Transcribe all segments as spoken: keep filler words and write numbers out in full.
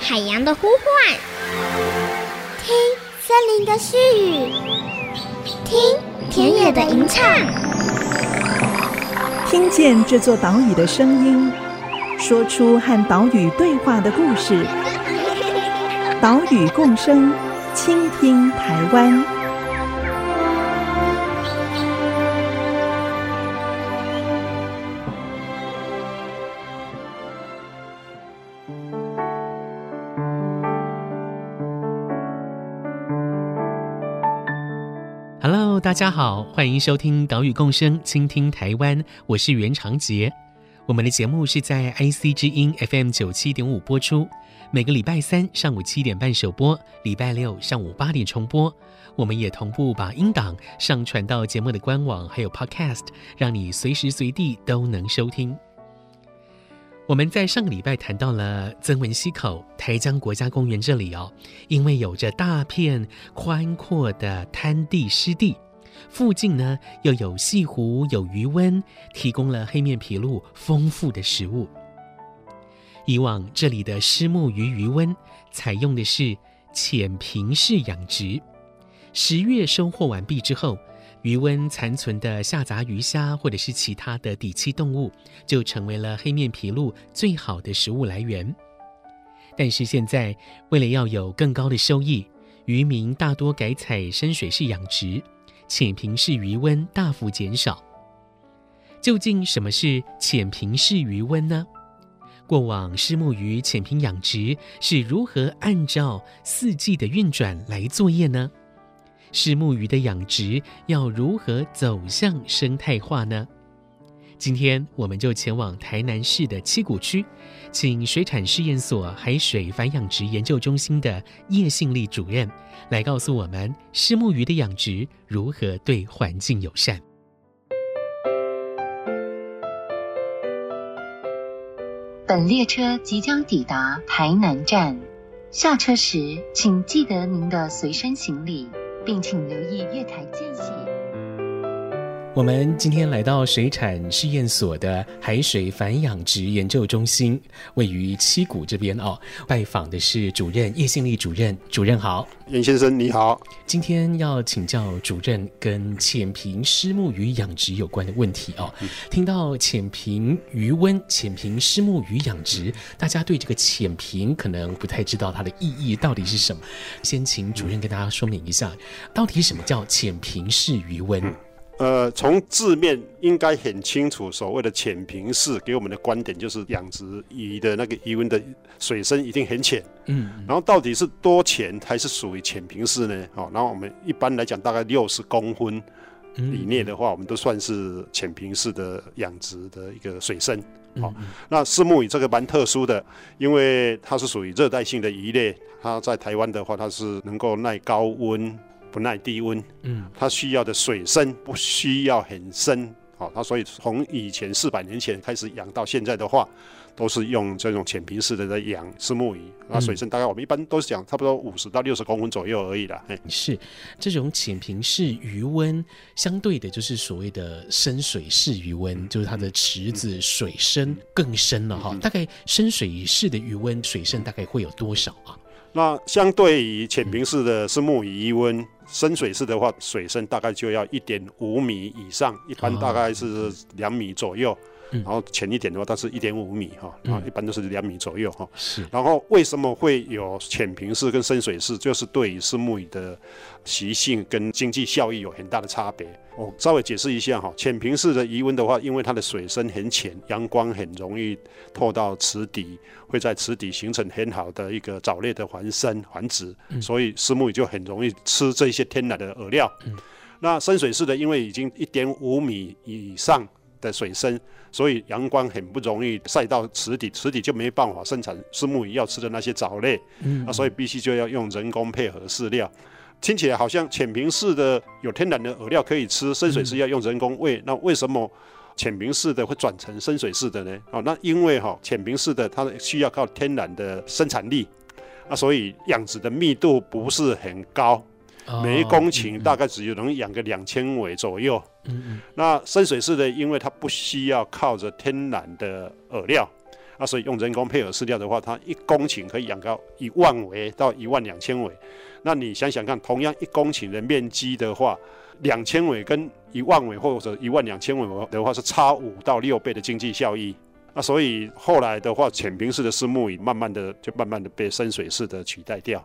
海洋的呼唤，听森林的絮语，听田野的吟唱， 听见这座岛屿的声音，说出和岛屿对话的故事。岛屿共生，倾听台湾。 Hello， 大家好，欢迎收听岛屿共生，倾听台湾，我是袁长杰。我们的节目是在 I C 之音 F M 九十七点五 播出，每个礼拜三上午七点半首播，礼拜六上午八点重播。我们也同步把音档上传到节目的官网，还有 Podcast， 让你随时随地都能收听。我们在上个礼拜谈到了曾文溪口台江国家公园这里哦，因为有着大片宽阔的滩地湿地，附近呢又有潟湖有鱼温，提供了黑面琵鹭丰富的食物。以往这里的虱目鱼鱼温采用的是浅平式养殖，十月收获完毕之后，鱼温残存的下杂鱼虾或者是其他的底栖动物，就成为了黑面琵鹭最好的食物来源。但是现在为了要有更高的收益，渔民大多改采深水式养殖，浅平式鱼温大幅减少。究竟什么是浅平式鱼温呢？过往虱目鱼浅平养殖是如何按照四季的运转来作业呢？虱目鱼的养殖要如何走向生态化呢？今天我们就前往台南市的七股区，请水产试验所海水繁养殖研究中心的叶信丽主任来告诉我们虱目鱼的养殖如何对环境友善。 本列车即将抵达台南站，下车时请记得您的随身行李，并请留意月台间隙。 我们今天来到水产试验所的海水繁养殖研究中心，位于七股这边哦。拜访的是主任叶信丽主任，主任好。 袁先生你好。 今天要请教主任跟浅平虱目鱼养殖有关的问题哦。嗯、听到浅平鱼温、浅平虱目鱼养殖，大家对这个浅平可能不太知道它的意义到底是什么。先请主任跟大家说明一下，到底什么叫浅平式鱼温？嗯呃，从字面应该很清楚，所谓的浅平式给我们的观点就是养殖鱼的那个鱼温的水深一定很浅，嗯，然后到底是多浅还是属于浅平式呢？哦，然后我们一般来讲大概六十公分以内的话，我们都算是浅平式的养殖的一个水深。好、哦，那虱目鱼这个蛮特殊的，因为它是属于热带性的鱼类，它在台湾的话，它是能够耐高温。不耐低温，嗯，它需要的水深不需要很深，好、哦，它所以从以前四百年前开始养到现在的话，都是用这种浅平式的在养虱目鱼，那水深大概我们一般都是讲差不多五十到六十公分左右而已啦。 是这种浅平式鱼温，相对的就是所谓的深水式鱼温，嗯、就是它的池子水深更深了哈、嗯。大概深水式的鱼温水深大概会有多少啊？ 那相对于浅平式的虱目鱼鱼温，深水式的话，水深大概就要一点五米以上，一般大概是两米左右。嗯、然后浅一点的话，它是一点五米哈，然后一般都是两米左右哈。是。然后为什么会有浅平式跟深水式？就是对于虱目鱼的习性跟经济效益有很大的差别。我稍微解释一下哈，浅平式的鱼温的话，因为它的水深很浅，阳光很容易透到池底，会在池底形成很好的一个藻类的繁生繁殖，嗯、所以虱目鱼就很容易吃这些天然的饵料。嗯、那深水式的，因为已经一点五米以上的水深，所以阳光很不容易晒到池底，池底就没办法生产虱目鱼要吃的那些藻类，嗯、啊，所以必须就要用人工配合饲料。听起来好像浅平式的有天然的饵料可以吃，深水式要用人工喂，嗯、那为什么浅平式的会转成深水式的呢？哦，那因为哈、哦、浅平式的它需要靠天然的生产力，啊，所以养殖的密度不是很高。每一公顷大概只能养个两千尾左右。嗯嗯、那深水式的，因为它不需要靠着天然的饵料， 啊，所以用人工配合饲料的话，它一公顷可以养到一万尾到一万两千尾。那你想想看，同样一公顷的面积的话，两千尾跟一万尾或者一万两千尾的话，是差五到六倍的经济效益。那所以后来的话，浅平式的虱目鱼慢慢的就慢慢的被深水式的取代掉。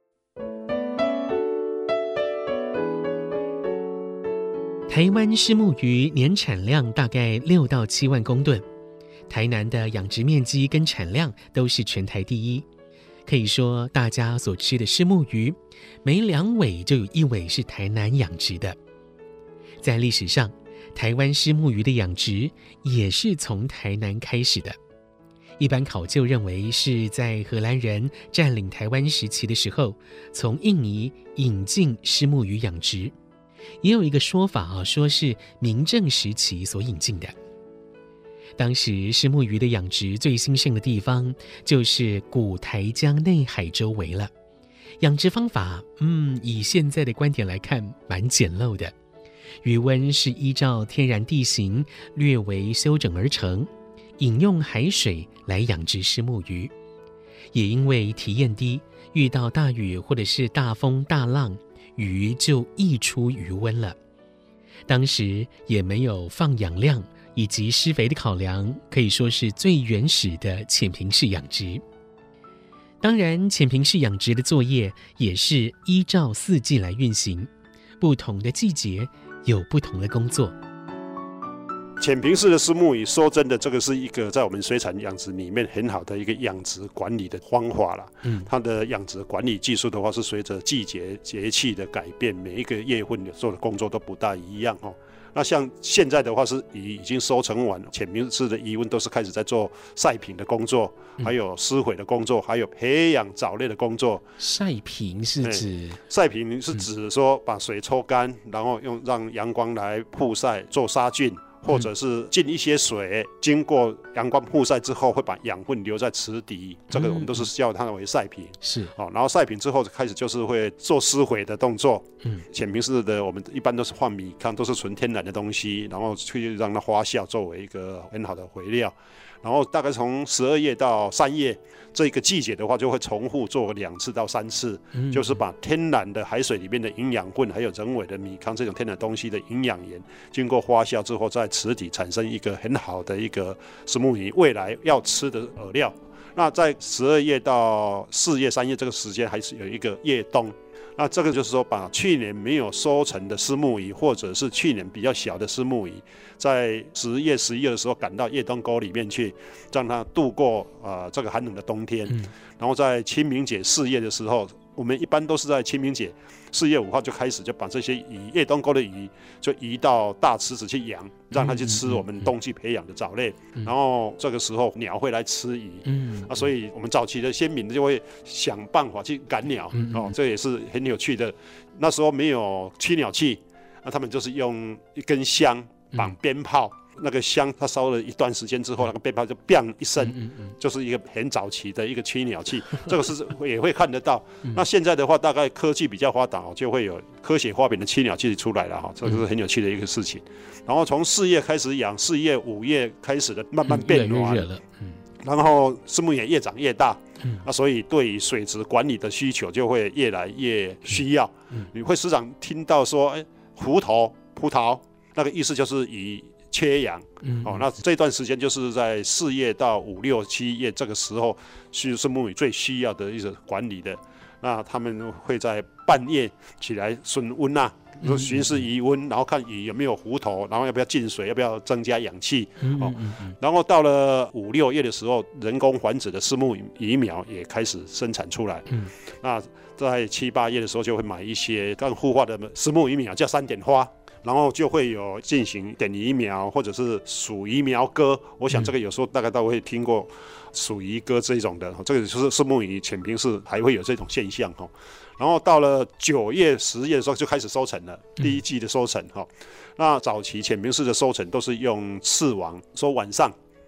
台湾虱目鱼年产量大概六到七万公吨，台南的养殖面积跟产量都是全台第一。可以说，大家所吃的虱目鱼，每两尾就有一尾是台南养殖的。在历史上，台湾虱目鱼的养殖也是从台南开始的。一般考究认为是在荷兰人占领台湾时期的时候，从印尼引进虱目鱼养殖。也有一个说法啊，说是明郑时期所引进的。当时虱目鱼的养殖最兴盛的地方就是古台江内海周围了。养殖方法，嗯，以现在的观点来看，蛮简陋的。鱼塭是依照天然地形略为修整而成，饮用海水来养殖虱目鱼。也因为体验低，遇到大雨或者是大风大浪，鱼就溢出鱼塭了。当时也没有放养量以及施肥的考量，可以说是最原始的浅平式养殖。当然，浅平式养殖的作业也是依照四季来运行，不同的季节有不同的工作。 浅平式的虱目鱼，说真的，这个是一个在我们水产养殖里面很好的一个养殖管理的方法啦。嗯，它的养殖管理技术的话，是随着季节节气的改变，每一个月份做的工作都不大一样哦。那像现在的话，是鱼已经收成完，浅平式的鱼塭都是开始在做晒品的工作，还有施肥的工作，还有培养藻类的工作。 晒品是指？ 晒品是指说把水抽干，然后用让阳光来曝晒做杀菌。或者是进一些水，经过阳光曝晒之后，会把养分留在池底，这个我们都是叫它为晒品。 是， 哦，然后晒品之后开始就是会做施肥的动作。嗯，浅平式的我们一般都是放米糠，都是纯天然的东西，然后去让它发酵，作为一个很好的肥料。然后大概从十二月到三月这个季节的话，就会重复做两次到三次，嗯、就是把天然的海水里面的营养分，还有人为的米糠这种天然东西的营养盐，经过发酵之后，在池底产生一个很好的一个虱目鱼未来要吃的饵料。那在十二月到四月、三月这个时间，还是有一个叶冬。那这个就是说，把去年没有收成的虱目鱼，或者是去年比较小的虱目鱼，在十月、十一月的时候赶到叶冬沟里面去，让它度过呃这个寒冷的冬天。嗯、然后在清明节四月的时候，我们一般都是在清明节四月五号就开始，就把这些鱼叶冬沟的鱼就移到大池子去养，让它去吃我们冬季培养的藻类。嗯、然后这个时候鸟会来吃鱼，嗯、啊，所以我们早期的先民就会想办法去赶鸟。嗯、哦，这也是很有趣的。那时候没有驱鸟器，那他们就是用一根香绑鞭炮。嗯那个香它烧了一段时间之后，那个鞭炮就 biang 一声，嗯嗯、就是一个很早期的一个驱鸟器，这个是也会看得到。嗯、那现在的话，大概科技比较发达，就会有科学发明的驱鸟器出来了哈，这个是很有趣的一个事情。嗯、然后从四月开始养，四月、五月开始的慢慢变暖，嗯、越来越热了。嗯、然后虱目鱼越长越大，嗯、啊，所以对于水质管理的需求就会越来越需要。嗯、你会时常听到说，哎，湖头、葡萄，那个意思就是以缺氧，嗯哦，那这段时间就是在四月到五六七月这个时候，是虱目鱼最需要的一个管理的。那他们会在半夜起来巡温啊，巡视鱼温，然后看鱼有没有湖头，然后要不要进水，要不要增加氧气，嗯、哦。嗯嗯、然后到了五六月的时候，人工繁殖的虱目鱼苗也开始生产出来。嗯、那在七八月的时候，就会买一些刚孵化的虱目鱼苗，叫三点花。然后就会有进行点鱼苗或者是属鱼苗割，我想这个有时候大概都会听过属鱼割这种的，这个就是虱目鱼浅平式还会有这种现象。然后到了九月、十月的时候就开始收成了，第一季的收成。那早期浅平式的收成都是用刺网，说晚上，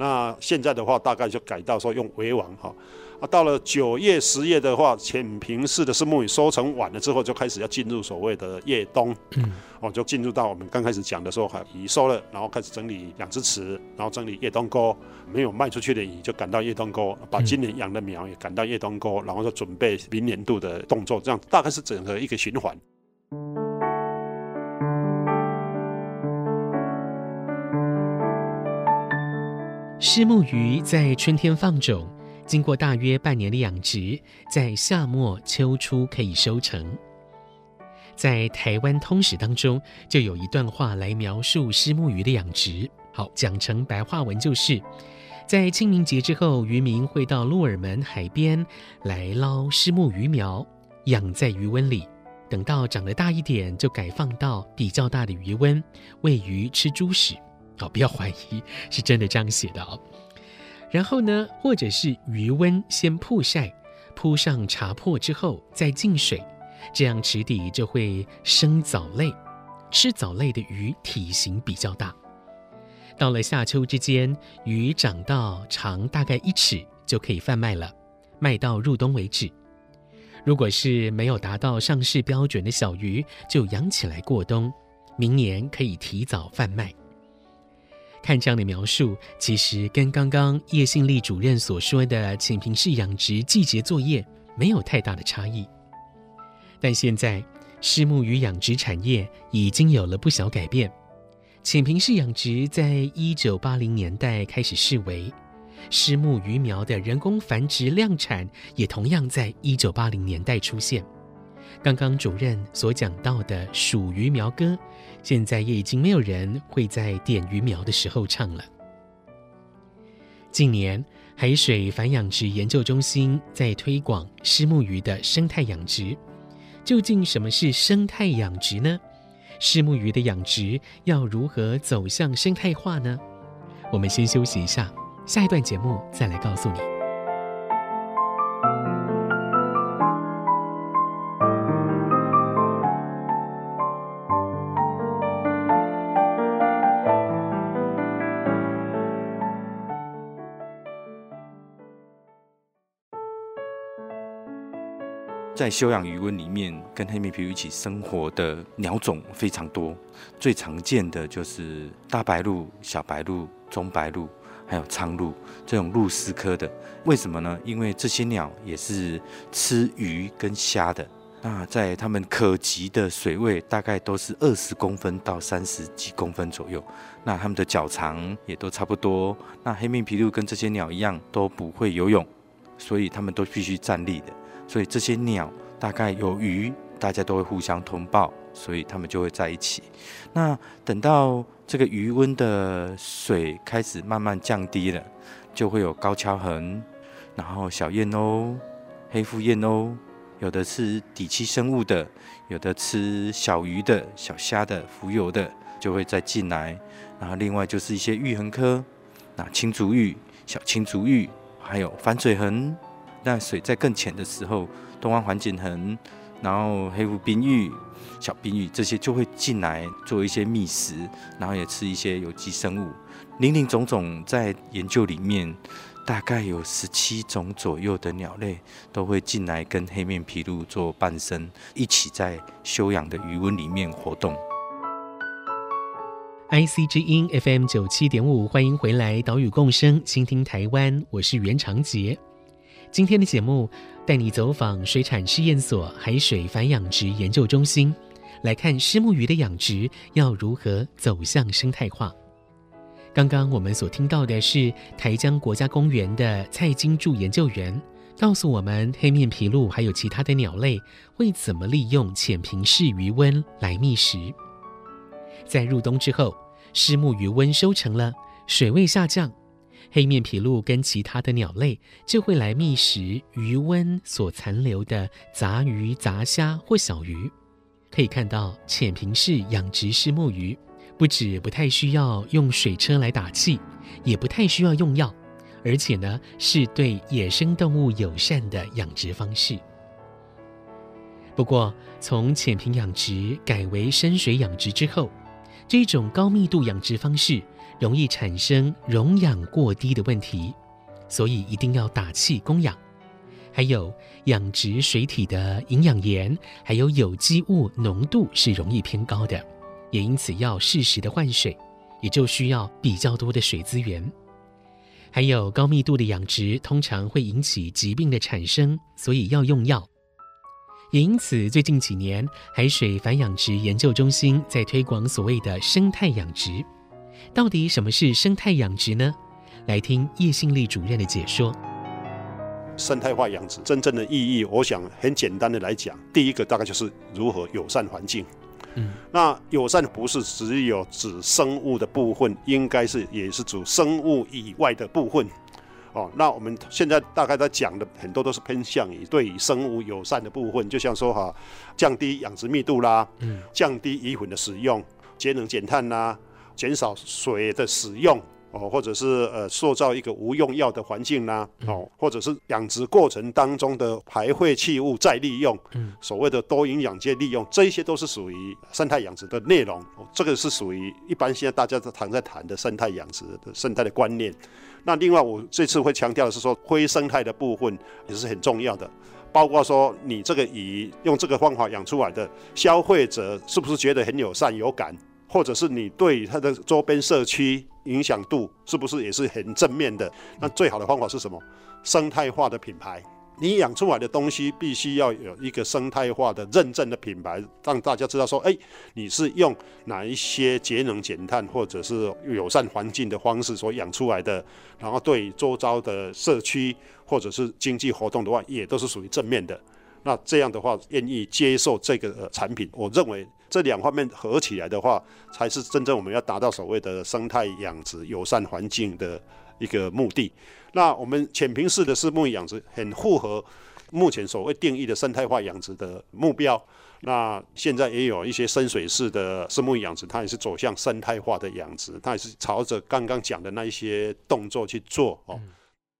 那现在的话，大概就改到说用围网哈。啊，到了九月、十月的话，浅平式的虱目鱼收成晚了之后，就开始要进入所谓的叶冬，嗯，哦，就进入到我们刚开始讲的时候，鱼收了，然后开始整理养殖池，然后整理叶冬沟，没有卖出去的鱼就赶到叶冬沟，把今年养的苗也赶到叶冬沟，然后就准备明年度的动作，这样大概是整个一个循环。 虱目鱼在春天放种，经过大约半年的养殖，在夏末秋初可以收成。在台湾通史当中，就有一段话来描述虱目鱼的养殖。好，讲成白话文就是，在清明节之后，渔民会到鹿耳门海边来捞虱目鱼苗，养在鱼温里，等到长得大一点，就改放到比较大的鱼温，喂鱼吃猪屎。好，不要怀疑，是真的这样写的哦。然后呢，或者是鱼温先曝晒，铺上茶粕之后再浸水，这样池底就会生藻类，吃藻类的鱼体型比较大。到了夏秋之间，鱼长到长大概一尺就可以贩卖了，卖到入冬为止。如果是没有达到上市标准的小鱼，就养起来过冬，明年可以提早贩卖。看这样的描述，其实跟刚刚叶信丽主任所说的浅平式养殖季节作业没有太大的差异。但现在虱目鱼养殖产业已经有了不小改变。浅平式养殖在一九八零年代开始式微，虱目鱼苗的人工繁殖量产也同样在一九八零年代出现。刚刚主任所讲到的属鱼苗歌，现在也已经没有人会在点鱼苗的时候唱了。近年，海水繁养殖研究中心在推广虱目鱼的生态养殖。究竟什么是生态养殖呢？虱目鱼的养殖要如何走向生态化呢？我们先休息一下，下一段节目再来告诉你。 在休养鱼温里面，跟黑面琵鹭一起生活的鸟种非常多，最常见的就是大白鹭、小白鹭、中白鹭，还有苍鹭这种鹭鸶科的。为什么呢？因为这些鸟也是吃鱼跟虾的。那在它们可及的水位大概都是二十公分到三十几公分左右。那它们的脚长也都差不多。那黑面琵鹭跟这些鸟一样都不会游泳，所以它们都必须站立的。所以这些鸟大概有鱼，大家都会互相通报，所以它们就会在一起。那等到这个鱼温的水开始慢慢降低了，就会有高跷痕，然后小燕鸥、黑腹燕鸥，有的吃底栖生物的，有的吃小鱼的、小虾的、浮游的，就会再进来。然后另外就是一些玉衡科，那青竹玉、小青竹玉，还有反嘴痕。那水在更浅的时候，东方环颈鸻，然后黑腹滨玉、小滨玉这些就会进来做一些觅食，然后也吃一些有机生物。林林总总在研究里面，大概有十七种左右的鸟类都会进来跟黑面琵鹭做伴生，一起在休养的鱼温里面活动。 I C 之音 F M 九七点五，欢迎回来，岛屿共生，倾听台湾，我是袁长杰。今天的节目带你走访水产试验所海水繁养殖研究中心，来看虱目鱼的养殖要如何走向生态化。刚刚我们所听到的是台江国家公园的蔡金柱研究员告诉我们，黑面琵鹭还有其他的鸟类会怎么利用浅平式鱼温来觅食。在入冬之后，虱目鱼温收成了，水位下降，黑面琵鹭跟其他的鸟类就会来觅食鱼温所残留的杂鱼、杂虾或小鱼。可以看到，浅平式养殖虱目鱼不止不太需要用水车来打气，也不太需要用药，而且呢是对野生动物友善的养殖方式。不过，从浅平养殖改为深水养殖之后，这种高密度养殖方式容易产生溶氧过低的问题，所以一定要打气供氧。还有养殖水体的营养盐还有有机物浓度是容易偏高的，也因此要适时的换水，也就需要比较多的水资源。还有高密度的养殖通常会引起疾病的产生，所以要用药。也因此最近几年海水反养殖研究中心在推广所谓的生态养殖。到底什么是生态养殖呢？来听叶信丽主任的解说。 生态化养殖真正的意义，我想很简单的来讲，第一个大概就是如何友善环境。嗯，那友善不是只有指生物的部分，应该是也是指生物以外的部分。哦，那我们现在大概在讲的很多都是偏向于对于生物友善的部分，就像说哈，降低养殖密度啦，嗯，降低乙混的使用，节能减碳啦，减少水的使用。哦，或者是呃塑造一个无用药的环境啦，哦，或者是养殖过程当中的排废弃物再利用，嗯，所谓的多营养界利用，这一些都是属于生态养殖的内容。哦，这个是属于一般现在大家都常在谈的生态养殖的生态的观念。那另外我这次会强调的是说，非生态的部分也是很重要的。包括说你这个鱼用这个方法养出来的，消费者是不是觉得很友善有感？或者是你对它的周边社区影响度是不是也是很正面的？那最好的方法是什么？生态化的品牌，你养出来的东西必须要有一个生态化的认证的品牌，让大家知道说，哎，你是用哪一些节能减碳或者是友善环境的方式所养出来的，然后对周遭的社区或者是经济活动的话，也都是属于正面的。那这样的话，愿意接受这个、呃、产品，我认为这两方面合起来的话，才是真正我们要达到所谓的生态养殖、友善环境的一个目的。那我们浅平式的虱目鱼养殖很符合目前所谓定义的生态化养殖的目标。那现在也有一些深水式的虱目鱼养殖，它也是走向生态化的养殖，它也是朝着刚刚讲的那一些动作去做哦。嗯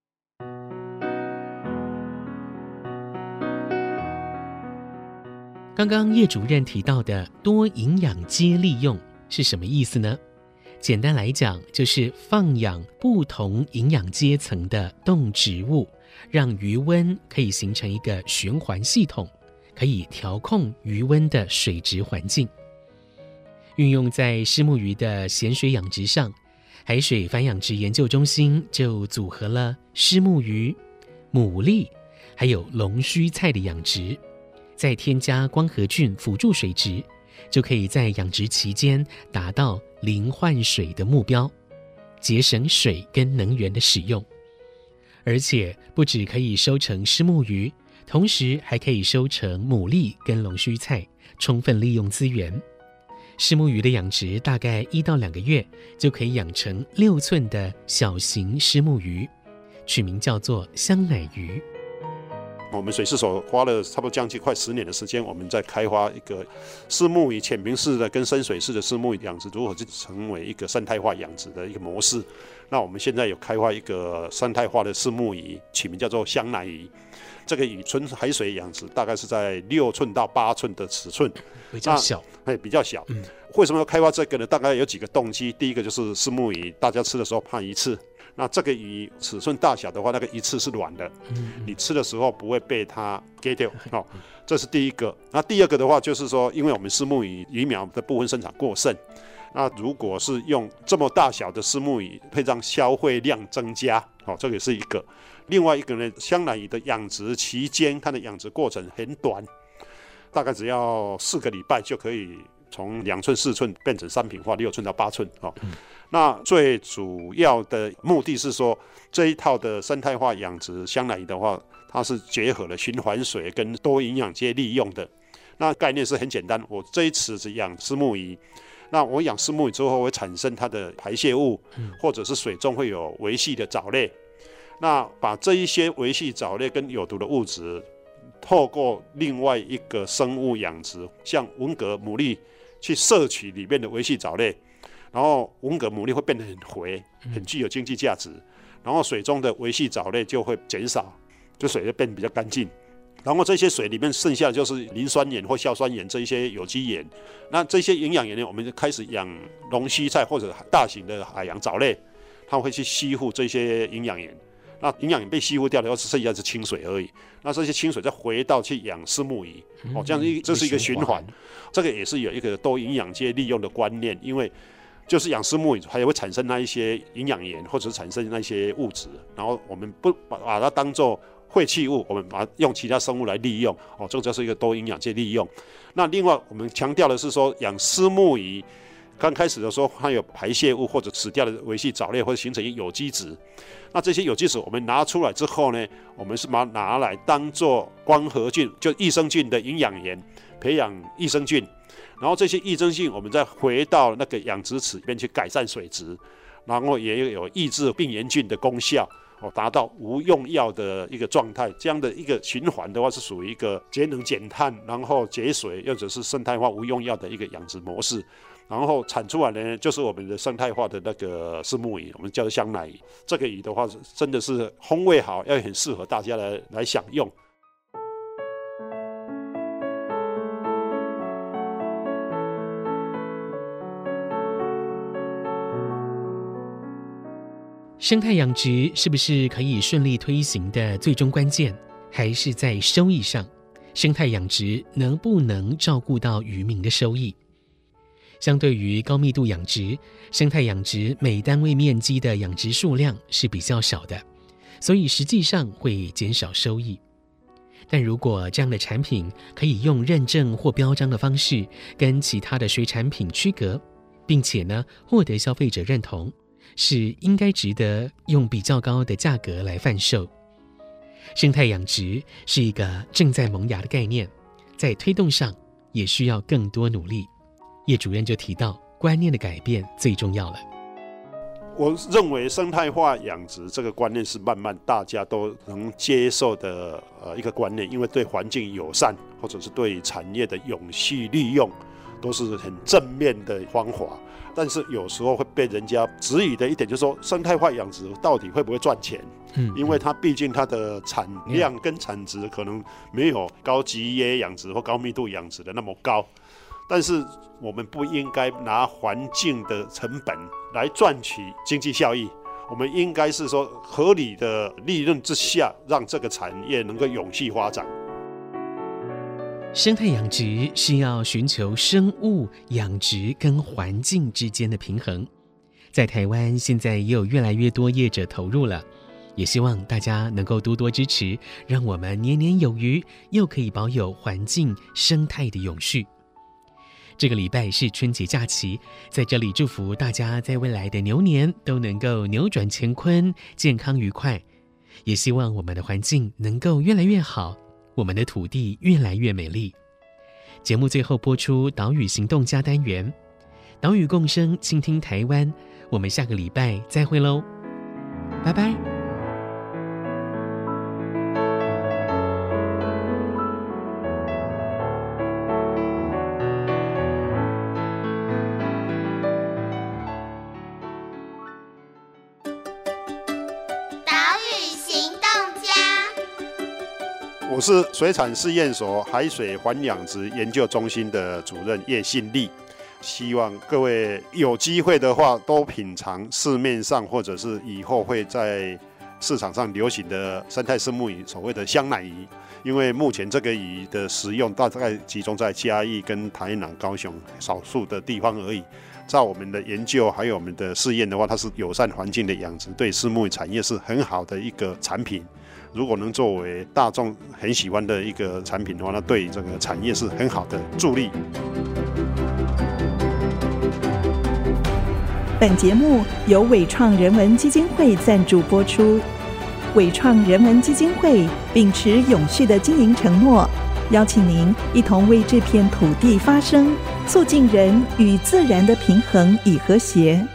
刚刚叶主任提到的多营养阶利用是什么意思呢？简单来讲，就是放养不同营养阶层的动植物，让鱼温可以形成一个循环系统，可以调控鱼温的水质环境。运用在虱目鱼的咸水养殖上，海水反养殖研究中心就组合了虱目鱼、牡蛎还有龙须菜的养殖，再添加光合菌辅助水质，就可以在养殖期间达到零换水的目标，节省水跟能源的使用。而且不只可以收成虱目鱼，同时还可以收成牡蛎跟龙须菜，充分利用资源。虱目鱼的养殖大概一到两个月就可以养成六寸的小型虱目鱼，取名叫做香奶鱼。 我们水试所花了差不多将近快十年的时间，我们在开发一个虱目鱼浅平式的跟深水式的虱目鱼养殖如何去成为一个生态化养殖的一个模式。那我们现在有开发一个生态化的虱目鱼，取名叫做香奶鱼。这个鱼纯海水养殖，大概是在六寸到八寸的尺寸， 比较小， 哎，比较小。嗯，为什么要开发这个呢？大概有几个动机。第一个就是虱目鱼，大家吃的时候怕鱼刺。那这个鱼尺寸大小的话，那个鱼刺是软的，嗯、你吃的时候不会被它给掉哦，这是第一个。那第二个的话，就是说，因为我们虱目鱼鱼苗的部分生产过剩，那如果是用这么大小的虱目鱼，会让消费量增加，哦，这个也是一个。另外一个呢，香奶鱼的养殖期间，它的养殖过程很短，大概只要四个礼拜就可以从两寸、四寸变成商品化，六寸到八寸哦。嗯，那最主要的目的是说，这一套的生态化养殖香奶鱼的话，它是结合了循环水跟多营养阶利用的。那概念是很简单，我这一池子养虱目鱼，那我养虱目鱼之后会产生它的排泄物，或者是水中会有微细的藻类。那把这一些微细藻类跟有毒的物质，透过另外一个生物养殖，像文蛤、牡蛎去摄取里面的微细藻类，然后文蛤、牡蛎会变得很回，很具有经济价值，然后水中的微细藻类就会减少，就水就变比较干净。 然后这些水里面剩下的就是磷酸盐或硝酸盐这一些有机盐。那这些营养盐呢，我们就开始养龙须菜或者大型的海洋藻类，它会去吸附这些营养盐。那营养盐被吸附掉了，只剩下是清水而已。那这些清水再回到去养虱目鱼，哦，这样一这是一个循环。这个也是有一个多营养界利用的观念，因为就是养虱目鱼还会产生那一些营养盐，或者是产生那些物质，然后我们不把它当作废弃物，我们把它用其他生物来利用，哦，这个就是一个多营养界利用。那另外我们强调的是说，养虱目鱼刚开始的时候，它有排泄物或者死掉的维系藻类，或者形成有机质。那这些有机质我们拿出来之后呢，我们是把它拿来当做光合菌，就益生菌的营养盐，培养益生菌。然后这些益生菌我们再回到那个养殖池里面去改善水质，然后也有抑制病原菌的功效，哦，达到无用药的一个状态。这样的一个循环的话，是属于一个节能减碳，然后节水，或者是生态化无用药的一个养殖模式。然后产出来呢，就是我们的生态化的那个虱目鱼，我们叫做香奶鱼。这个鱼的话，真的是风味好，要很适合大家来来享用。 生态养殖是不是可以顺利推行的最终关键，还是在收益上？生态养殖能不能照顾到渔民的收益？相对于高密度养殖，生态养殖每单位面积的养殖数量是比较少的，所以实际上会减少收益。但如果这样的产品可以用认证或标章的方式跟其他的水产品区隔，并且呢获得消费者认同，是应该值得用比较高的价格来贩售。生态养殖是一个正在萌芽的概念，在推动上也需要更多努力。叶主任就提到，观念的改变最重要了。 我认为生态化养殖这个观念是慢慢大家都能接受的呃一个观念，因为对环境友善，或者是对产业的永续利用，都是很正面的方法。但是有时候会被人家质疑的一点就是说，生态化养殖到底会不会赚钱？嗯，因为它毕竟它的产量跟产值可能没有高级业养殖或高密度养殖的那么高。但是我们不应该拿环境的成本来赚取经济效益，我们应该是说合理的利润之下，让这个产业能够永续发展。 生态养殖是要寻求生物养殖跟环境之间的平衡，在台湾现在也有越来越多业者投入了，也希望大家能够多多支持，让我们年年有余，又可以保有环境生态的永续。这个礼拜是春节假期，在这里祝福大家在未来的牛年都能够扭转乾坤，健康愉快，也希望我们的环境能够越来越好，我们的土地越来越美丽。节目最后播出岛屿行动家单元，岛屿共生，倾听台湾，我们下个礼拜再会喽，拜拜。 我是水产试验所海水环养殖研究中心的主任叶信利，希望各位有机会的话都品尝市面上或者是以后会在市场上流行的生态虱目鱼，所谓的香奶鱼。因为目前这个鱼的食用大概集中在嘉义跟台南、高雄少数的地方而已。在我们的研究还有我们的试验的话，它是友善环境的养殖，对虱目鱼产业是很好的一个产品。如果能作为大众很喜欢的一个产品的话，那对这个产业是很好的助力。 本节目由伟创人文基金会赞助播出。伟创人文基金会秉持永续的经营承诺，邀请您一同为这片土地发声，促进人与自然的平衡与和谐。